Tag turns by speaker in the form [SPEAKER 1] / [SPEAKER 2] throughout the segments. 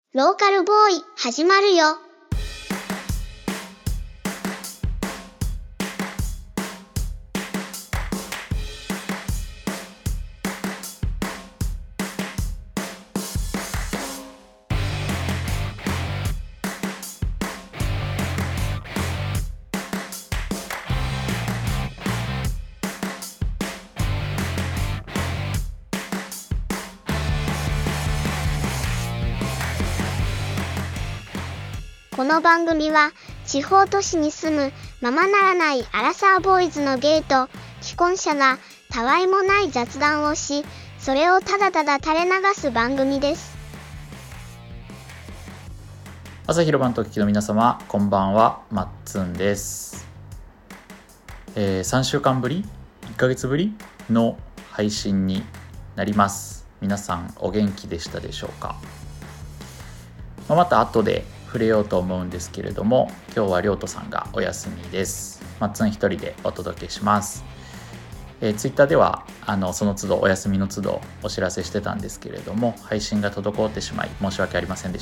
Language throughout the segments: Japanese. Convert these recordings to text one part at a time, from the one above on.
[SPEAKER 1] ローカルボーイ始まるよ。この番組は地方都市に住むままならないアラサーボーイズのゲイと既婚者がたわいもない雑談をし、それをただただ垂れ流す番組です。
[SPEAKER 2] 朝昼晩とお聞きの皆様、こんばんは。まっつんです。3週間ぶり1ヶ月ぶりの配信になります。皆さんお元気でしたでしょうか。また後で触れようと思うんですけれども、今日はりょうとさんがお休みです。まっつん一人でお届けします。ツイッターではその都度お休みの都度お知らせしてたんですけれども、配信が滞ってしまい申し訳ありませんでした。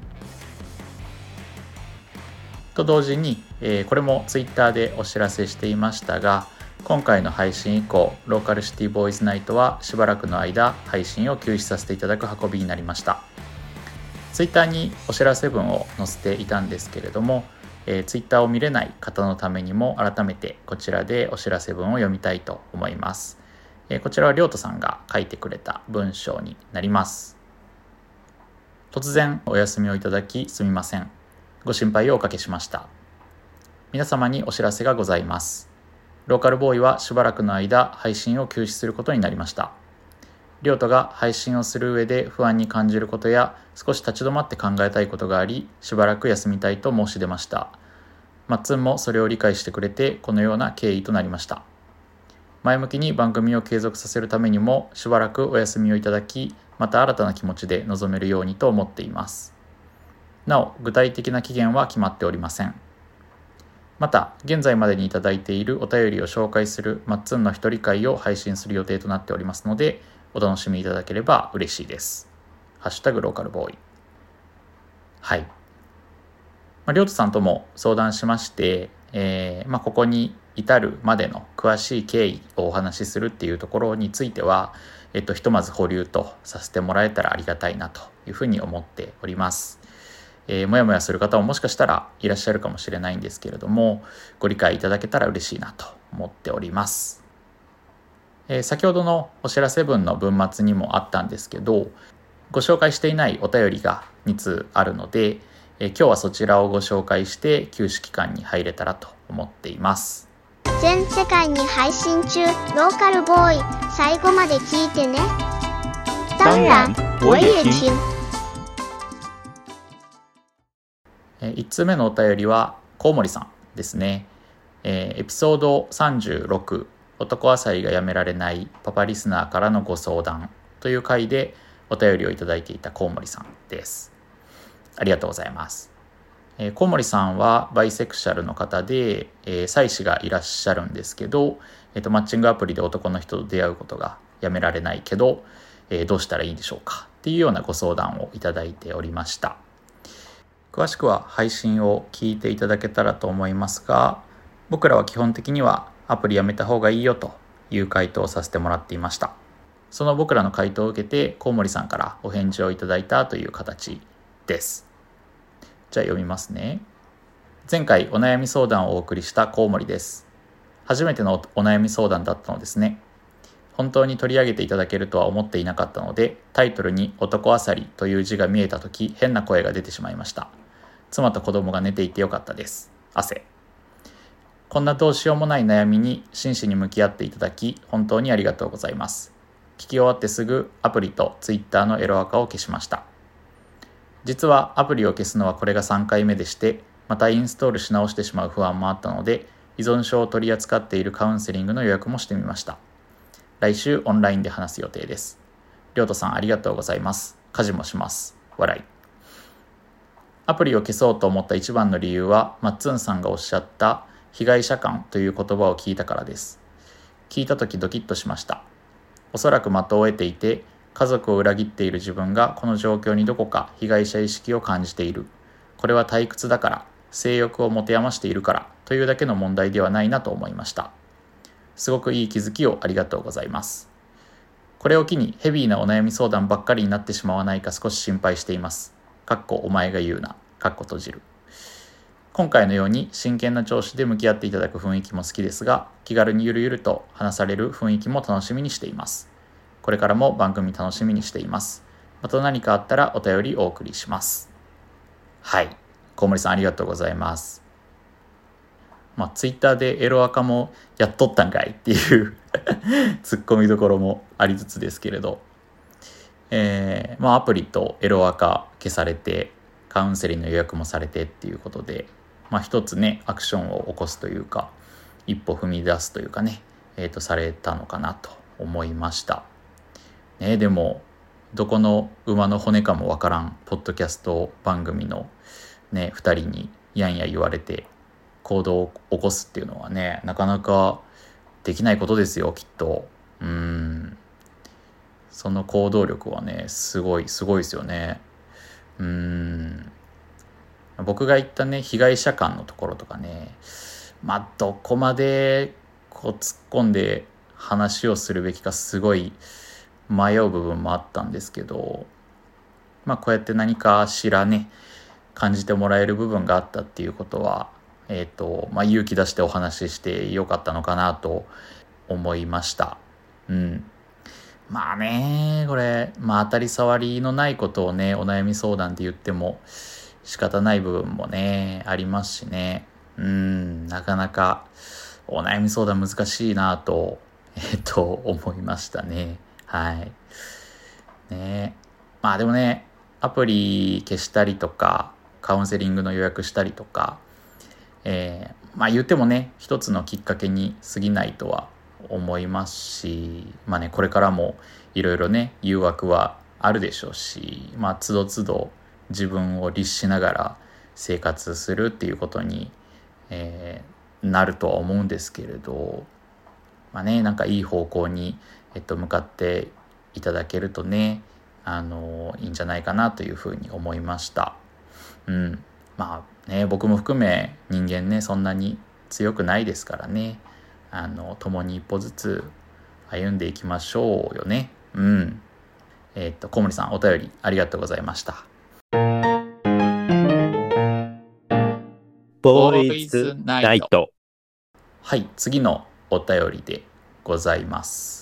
[SPEAKER 2] と同時に、これもツイッターでお知らせしていましたが、今回の配信以降ローカルシティボーイズナイトはしばらくの間配信を休止させていただく運びになりました。ツイッターにお知らせ文を載せていたんですけれども、ツイッターを見れない方のためにも改めてこちらでお知らせ文を読みたいと思います。こちらはりょうとさんが書いてくれた文章になります。突然お休みをいただきすみません。ご心配をおかけしました。皆様にお知らせがございます。ローカルボーイはしばらくの間配信を休止することになりました。りょうとが配信をする上で不安に感じることや少し立ち止まって考えたいことがあり、しばらく休みたいと申し出ました。まっつんもそれを理解してくれてこのような経緯となりました。前向きに番組を継続させるためにもしばらくお休みをいただき、また新たな気持ちで臨めるようにと思っています。なお具体的な期限は決まっておりません。また現在までにいただいているお便りを紹介するまっつんの一人会を配信する予定となっておりますので、お楽しみいただければ嬉しいです。ハッシュタグローカルボーイ。はい。りょうとさんとも相談しまして、ここに至るまでの詳しい経緯をお話しするっていうところについては、ひとまず保留とさせてもらえたらありがたいなというふうに思っております。もやもやする方ももしかしたらいらっしゃるかもしれないんですけれども、ご理解いただけたら嬉しいなと思っております。先ほどのお知らせ文の文末にもあったんですけど、ご紹介していないお便りが2通あるので、今日はそちらをご紹介して休止期間に入れたらと思っています。
[SPEAKER 1] 全世界に配信中、ローカルボーイ、最後まで聞いてね。当然我也听。
[SPEAKER 2] 1通目のお便りはコウモリさんですね。エピソード36、男あさりがやめられないパパリスナーからのご相談という回でお便りをいただいていたコウモリさんです。ありがとうございます。コウモリさんはバイセクシャルの方で、妻子がいらっしゃるんですけど、マッチングアプリで男の人と出会うことがやめられないけど、どうしたらいいでしょうかっていうようなご相談をいただいておりました。詳しくは配信を聞いていただけたらと思いますが、僕らは基本的にはアプリやめた方がいいよという回答をさせてもらっていました。その僕らの回答を受けてコウモリさんからお返事をいただいたという形です。じゃあ読みますね。前回お悩み相談をお送りしたコウモリです。初めてのお悩み相談だったのですね。本当に取り上げていただけるとは思っていなかったので、タイトルに男あさりという字が見えたとき変な声が出てしまいました。妻と子供が寝ていてよかったです。汗。こんなどうしようもない悩みに真摯に向き合っていただき本当にありがとうございます。聞き終わってすぐアプリとツイッターのエロアカを消しました。実はアプリを消すのはこれが3回目でして、またインストールし直してしまう不安もあったので、依存症を取り扱っているカウンセリングの予約もしてみました。来週オンラインで話す予定です。りょうとさんありがとうございます。家事もします。笑い。アプリを消そうと思った一番の理由は、マッツンさんがおっしゃった被害者感という言葉を聞いたからです。聞いたときドキッとしました。おそらく的を得ていて、 家族を裏切っている自分がこの状況にどこか被害者意識を感じている。これは退屈だから、性欲を持て余しているからというだけの問題ではないなと思いました。すごくいい気づきをありがとうございます。これを機にヘビーなお悩み相談ばっかりになってしまわないか少し心配しています。お前が言うな。閉じる。今回のように真剣な調子で向き合っていただく雰囲気も好きですが、気軽にゆるゆると話される雰囲気も楽しみにしています。これからも番組楽しみにしています。また何かあったらお便りお送りします。はい。小森さんありがとうございます。ツイッターでエロアカもやっとったんかいっていうツッコミどころもありつつですけれど、アプリとエロアカ消されて、カウンセリングの予約もされてっていうことで、一つねアクションを起こすというか、一歩踏み出すというかね、されたのかなと思いました。でもどこの馬の骨かもわからんポッドキャスト番組のね2人にやんや言われて行動を起こすっていうのはね、なかなかできないことですよ、きっと。その行動力はねすごいですよね。僕が言ったね被害者間のところとかね、どこまで突っ込んで話をするべきかすごい迷う部分もあったんですけど、こうやって何かしらね感じてもらえる部分があったっていうことは、勇気出してお話ししてよかったのかなと思いました。これ、当たり障りのないことをねお悩み相談って言っても仕方ない部分もねありますしね。なかなかお悩み相談難しいなと思いましたね。はいね。でもね、アプリ消したりとかカウンセリングの予約したりとか、言ってもね一つのきっかけに過ぎないとは思いますし、これからもいろいろね誘惑はあるでしょうし、つどつど自分を律しながら生活するっていうことに、なるとは思うんですけれど、なんかいい方向に、向かっていただけるとね、いいんじゃないかなというふうに思いました。僕も含め人間ねそんなに強くないですからね、共に一歩ずつ歩んでいきましょうよね。小森さんお便りありがとうございました。
[SPEAKER 3] ボーイズナイト。
[SPEAKER 2] はい、次のお便りでございます。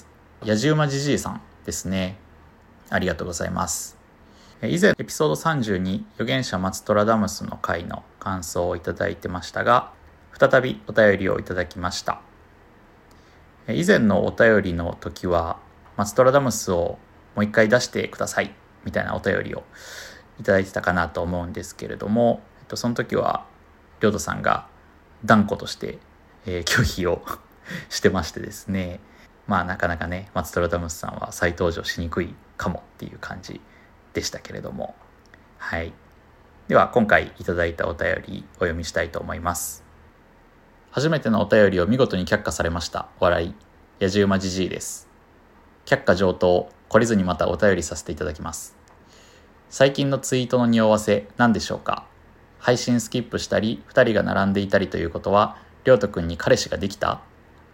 [SPEAKER 2] やじうまじじいさんですね。ありがとうございます。以前エピソード32預言者マツトラダムスの回の感想をいただいてましたが、再びお便りをいただきました。以前のお便りの時はマツトラダムスをもう一回出してくださいみたいなお便りをいただいてたかなと思うんですけれども、その時はりょうとさんが断固として、拒否をしてましてですね、なかなかねマツトラダムスさんは再登場しにくいかもっていう感じでしたけれども、はい。では今回いただいたお便りお読みしたいと思います。初めてのお便りを見事に却下されました。笑い。やじうまじじいです。却下上等。懲りずにまたお便りさせていただきます。最近のツイートの匂わせ何でしょうか。配信スキップしたり2人が並んでいたりということはりょうとくんに彼氏ができた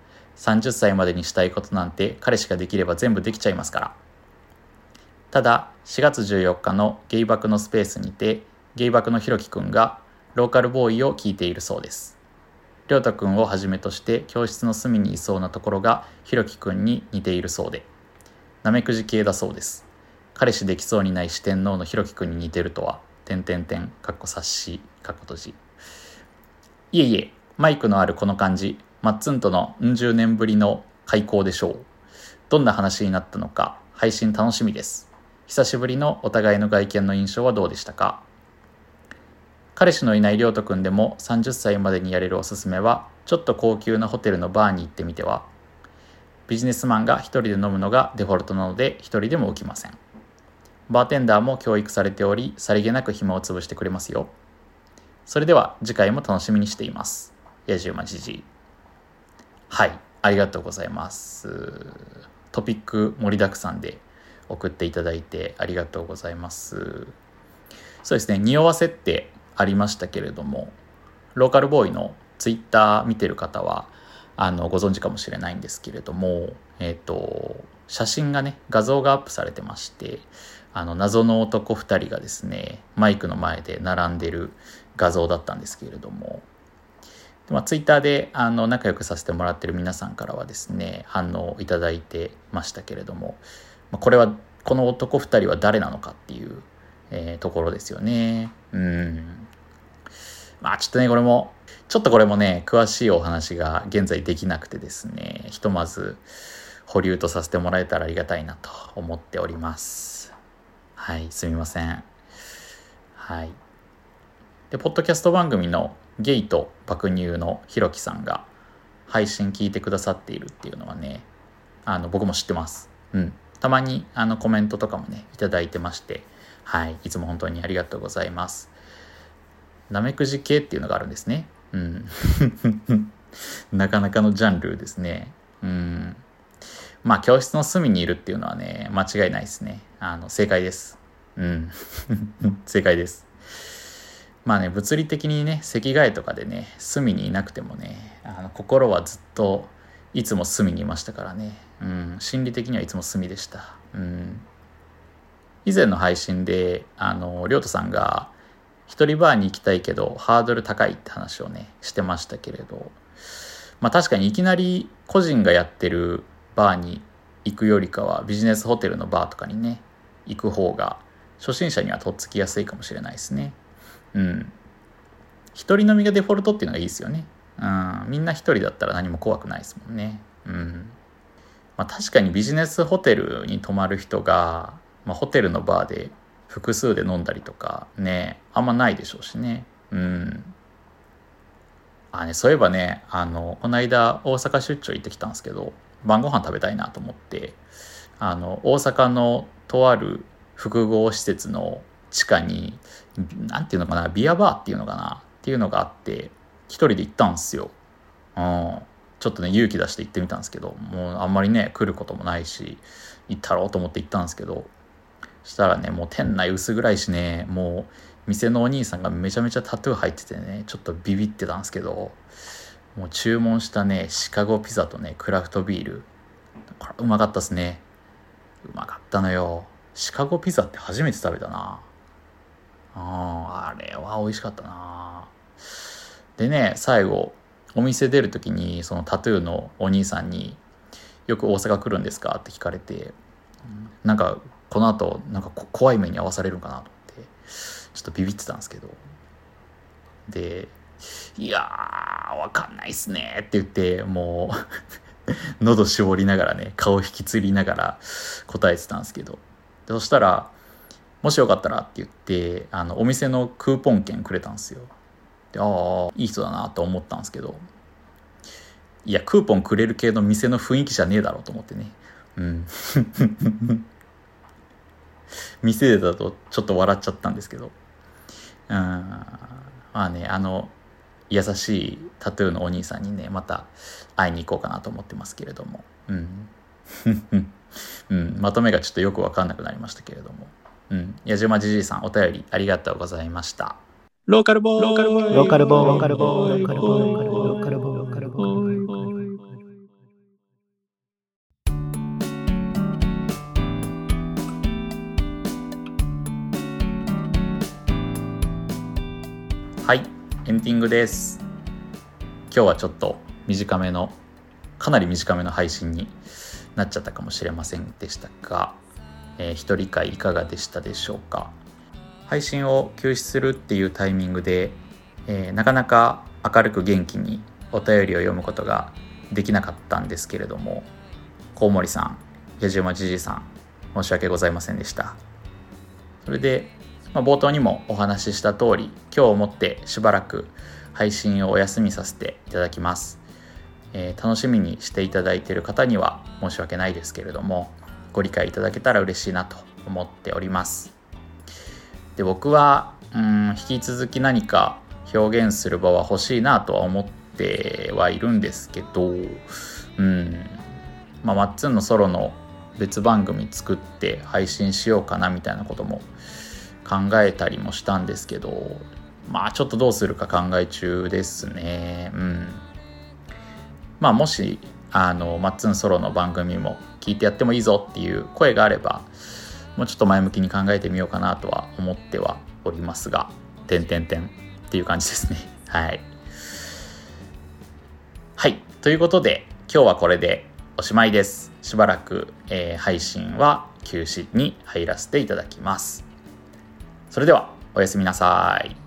[SPEAKER 2] ？30歳までにしたいことなんて彼氏ができれば全部できちゃいますから。ただ4月14日のゲイバクのスペースにてゲイバクのひろきくんがローカルボーイを聞いているそうです。りょうたくんをはじめとして教室の隅にいそうなところがひろきくんに似ているそうで、なめくじ系だそうです。彼氏できそうにない四天王のひろきくんに似てるとは察し閉じ。いえいえ、マイクのあるこの感じ、マッツンとの10年ぶりの開講でしょう。どんな話になったのか配信楽しみです。久しぶりのお互いの外見の印象はどうでしたか？彼氏のいないりょうとくんでも30歳までにやれるおすすめは、ちょっと高級なホテルのバーに行ってみては。ビジネスマンが一人で飲むのがデフォルトなので一人でも起きません。バーテンダーも教育されており、さりげなく暇を潰してくれますよ。それでは次回も楽しみにしています。やじうまじじい。はい、ありがとうございます。トピック盛りだくさんで送っていただいてありがとうございます。そうですね、匂わせってありましたけれども、ローカルボーイのツイッター見てる方はご存知かもしれないんですけれども、写真がね、画像がアップされてまして、謎の男2人がですね、マイクの前で並んでる画像だったんですけれども、ツイッターで仲良くさせてもらってる皆さんからはですね、反応いただいてましたけれども、この男2人は誰なのかっていう、ところですよね。ちょっとね、これもね、詳しいお話が現在できなくてですね、ひとまず保留とさせてもらえたらありがたいなと思っております。はい、すみません。はい。で、ポッドキャスト番組のゲイと爆乳のひろきさんが配信聞いてくださっているっていうのはね、僕も知ってます。たまにコメントとかもね、いただいてまして、はい、いつも本当にありがとうございます。なめくじ系っていうのがあるんですね。なかなかのジャンルですね。教室の隅にいるっていうのはね、間違いないですね。正解です。正解です。物理的にね、席替えとかでね、隅にいなくてもね、心はずっといつも隅にいましたからね。心理的にはいつも隅でした。以前の配信でりょうとさんが一人バーに行きたいけどハードル高いって話をねしてましたけれど、確かにいきなり個人がやってるバーに行くよりかはビジネスホテルのバーとかにね行く方が初心者にはとっつきやすいかもしれないですね。一人飲みがデフォルトっていうのがいいですよね。みんな一人だったら何も怖くないですもんね。確かにビジネスホテルに泊まる人がホテルのバーで複数で飲んだりとかね、あんまないでしょうしね。そういえばね、この間大阪出張行ってきたんですけど、晩ご飯食べたいなと思って大阪のとある複合施設の地下になんていうのかな、ビアバーっていうのかなっていうのがあって、一人で行ったんですよ。ちょっとね勇気出して行ってみたんですけど、もうあんまりね来ることもないし行ったろうと思って行ったんですけど、そしたらね、もう店内薄暗いしね、もう店のお兄さんがめちゃめちゃタトゥー入っててね、ちょっとビビってたんですけど、もう注文したねシカゴピザとねクラフトビール、これうまかったっすね。うまかったのよ。シカゴピザって初めて食べたな。あれは美味しかったな。でね、最後お店出るときにそのタトゥーのお兄さんによく大阪来るんですかって聞かれて、なんかこの後なんか怖い目に遭わされるかなと思ってちょっとビビってたんですけど、でいやーわかんないっすねって言ってもう喉絞りながらね、顔引きつりながら答えてたんですけど、でそしたらもしよかったらって言ってお店のクーポン券くれたんですよ。でいい人だなと思ったんですけど、いやクーポンくれる系の店の雰囲気じゃねえだろうと思ってね。店でだとちょっと笑っちゃったんですけど、優しいタトゥーのお兄さんにねまた会いに行こうかなと思ってますけれども、まとめがちょっとよく分かんなくなりましたけれども、矢島じじいさんお便りありがとうございました。
[SPEAKER 3] ローカルボーイローカルボーイローカルボーイローカルボーイローカルボーイローカルボーイローカルボーイ。
[SPEAKER 2] はい、エンディングです。今日はちょっとかなり短めの配信になっちゃったかもしれませんでしたが、一人会いかがでしたでしょうか。配信を休止するっていうタイミングで、なかなか明るく元気にお便りを読むことができなかったんですけれども、コウモリさん、矢島じじさん、申し訳ございませんでした。それで冒頭にもお話しした通り、今日をもってしばらく配信をお休みさせていただきます。楽しみにしていただいている方には申し訳ないですけれども、ご理解いただけたら嬉しいなと思っております。で、僕は引き続き何か表現する場は欲しいなとは思ってはいるんですけど、マッツンのソロの別番組作って配信しようかなみたいなことも考えたりもしたんですけど、まあちょっとどうするか考え中ですね。まあもしマッツンソロの番組も聞いてやってもいいぞっていう声があれば、もうちょっと前向きに考えてみようかなとは思ってはおりますが、っていう感じですね。はい、ということで今日はこれでおしまいです。しばらく、配信は休止に入らせていただきます。それではおやすみなさい。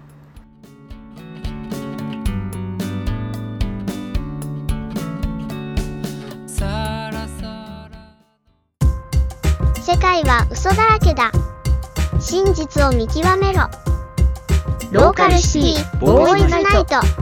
[SPEAKER 1] 世界は嘘だらけだ。真実を見極めろ。ローカルシティボーイズナイト。